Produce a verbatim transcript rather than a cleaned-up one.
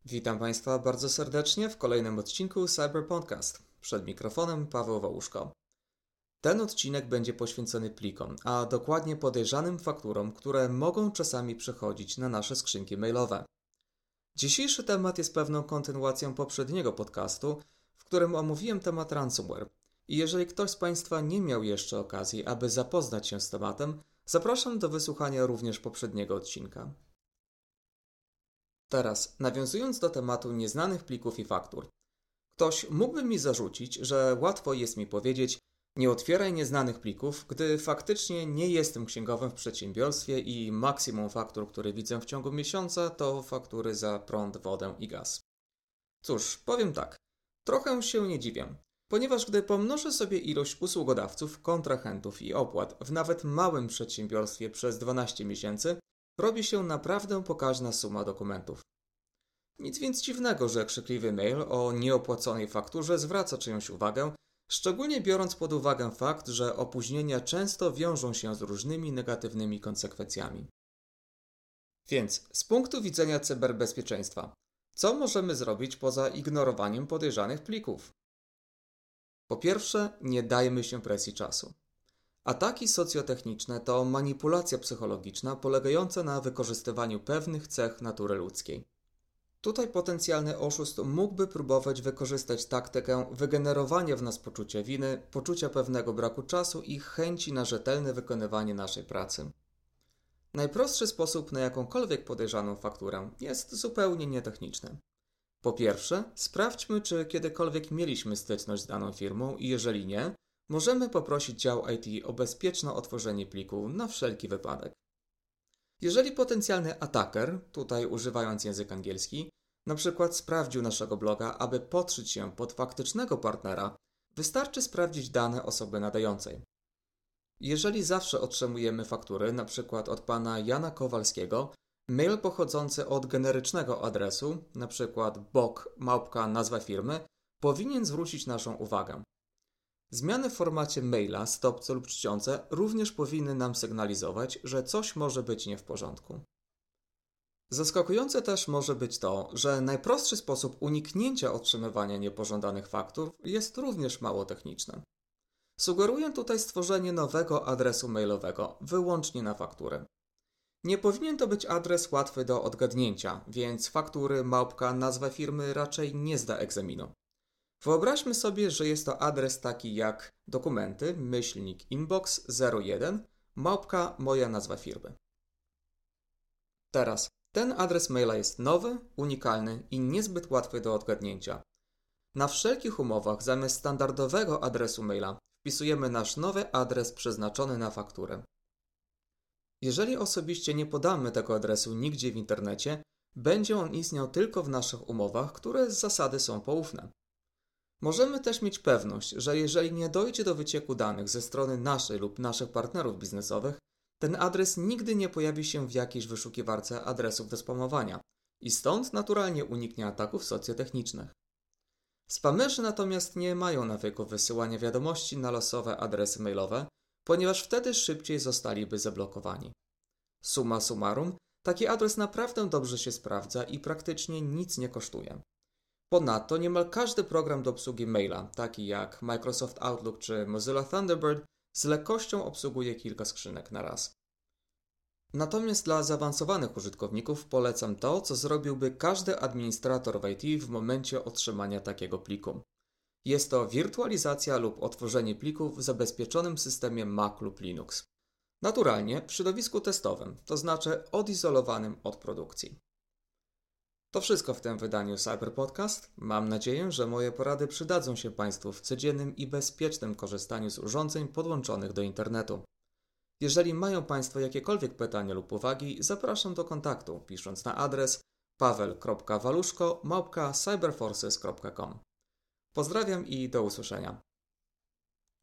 Witam Państwa bardzo serdecznie w kolejnym odcinku Cyber Podcast. Przed mikrofonem Paweł Wałuszko. Ten odcinek będzie poświęcony plikom, a dokładnie podejrzanym fakturom, które mogą czasami przechodzić na nasze skrzynki mailowe. Dzisiejszy temat jest pewną kontynuacją poprzedniego podcastu, w którym omówiłem temat ransomware. I jeżeli ktoś z Państwa nie miał jeszcze okazji, aby zapoznać się z tematem, zapraszam do wysłuchania również poprzedniego odcinka. Teraz, nawiązując do tematu nieznanych plików i faktur. Ktoś mógłby mi zarzucić, że łatwo jest mi powiedzieć: nie otwieraj nieznanych plików, gdy faktycznie nie jestem księgowym w przedsiębiorstwie i maksimum faktur, które widzę w ciągu miesiąca, to faktury za prąd, wodę i gaz. Cóż, powiem tak, trochę się nie dziwię, ponieważ gdy pomnożę sobie ilość usługodawców, kontrahentów i opłat w nawet małym przedsiębiorstwie przez dwanaście miesięcy, robi się naprawdę pokaźna suma dokumentów. Nic więc dziwnego, że krzykliwy mail o nieopłaconej fakturze zwraca czyjąś uwagę, szczególnie biorąc pod uwagę fakt, że opóźnienia często wiążą się z różnymi negatywnymi konsekwencjami. Więc z punktu widzenia cyberbezpieczeństwa, co możemy zrobić poza ignorowaniem podejrzanych plików? Po pierwsze, nie dajmy się presji czasu. Ataki socjotechniczne to manipulacja psychologiczna polegająca na wykorzystywaniu pewnych cech natury ludzkiej. Tutaj potencjalny oszust mógłby próbować wykorzystać taktykę wygenerowania w nas poczucia winy, poczucia pewnego braku czasu i chęci na rzetelne wykonywanie naszej pracy. Najprostszy sposób na jakąkolwiek podejrzaną fakturę jest zupełnie nietechniczny. Po pierwsze, sprawdźmy, czy kiedykolwiek mieliśmy styczność z daną firmą i jeżeli nie, możemy poprosić dział I T o bezpieczne otworzenie pliku na wszelki wypadek. Jeżeli potencjalny ataker, tutaj używając język angielski, na przykład sprawdził naszego bloga, aby podszyć się pod faktycznego partnera, wystarczy sprawdzić dane osoby nadającej. Jeżeli zawsze otrzymujemy faktury, np. od pana Jana Kowalskiego, mail pochodzący od generycznego adresu, np. bok małpka nazwa firmy, powinien zwrócić naszą uwagę. Zmiany w formacie maila, stopce lub czciące również powinny nam sygnalizować, że coś może być nie w porządku. Zaskakujące też może być to, że najprostszy sposób uniknięcia otrzymywania niepożądanych faktur jest również mało techniczny. Sugeruję tutaj stworzenie nowego adresu mailowego wyłącznie na fakturę. Nie powinien to być adres łatwy do odgadnięcia, więc faktury małpka nazwa firmy raczej nie zda egzaminu. Wyobraźmy sobie, że jest to adres taki jak dokumenty, myślnik inbox zero jeden, małpka moja nazwa firmy. Teraz, ten adres maila jest nowy, unikalny i niezbyt łatwy do odgadnięcia. Na wszelkich umowach zamiast standardowego adresu maila wpisujemy nasz nowy adres przeznaczony na fakturę. Jeżeli osobiście nie podamy tego adresu nigdzie w internecie, będzie on istniał tylko w naszych umowach, które z zasady są poufne. Możemy też mieć pewność, że jeżeli nie dojdzie do wycieku danych ze strony naszej lub naszych partnerów biznesowych, ten adres nigdy nie pojawi się w jakiejś wyszukiwarce adresów do spamowania i stąd naturalnie uniknie ataków socjotechnicznych. Spamerzy natomiast nie mają nawyku wysyłania wiadomości na losowe adresy mailowe, ponieważ wtedy szybciej zostaliby zablokowani. Summa summarum, taki adres naprawdę dobrze się sprawdza i praktycznie nic nie kosztuje. Ponadto niemal każdy program do obsługi maila, taki jak Microsoft Outlook czy Mozilla Thunderbird, z lekkością obsługuje kilka skrzynek na raz. Natomiast dla zaawansowanych użytkowników polecam to, co zrobiłby każdy administrator w I T w momencie otrzymania takiego pliku. Jest to wirtualizacja lub otworzenie plików w zabezpieczonym systemie Mac lub Linux. Naturalnie w środowisku testowym, to znaczy odizolowanym od produkcji. To wszystko w tym wydaniu Cyber Podcast. Mam nadzieję, że moje porady przydadzą się Państwu w codziennym i bezpiecznym korzystaniu z urządzeń podłączonych do internetu. Jeżeli mają Państwo jakiekolwiek pytania lub uwagi, zapraszam do kontaktu, pisząc na adres paweł kropka waluszko małpka cyberforces kropka com. Pozdrawiam i do usłyszenia.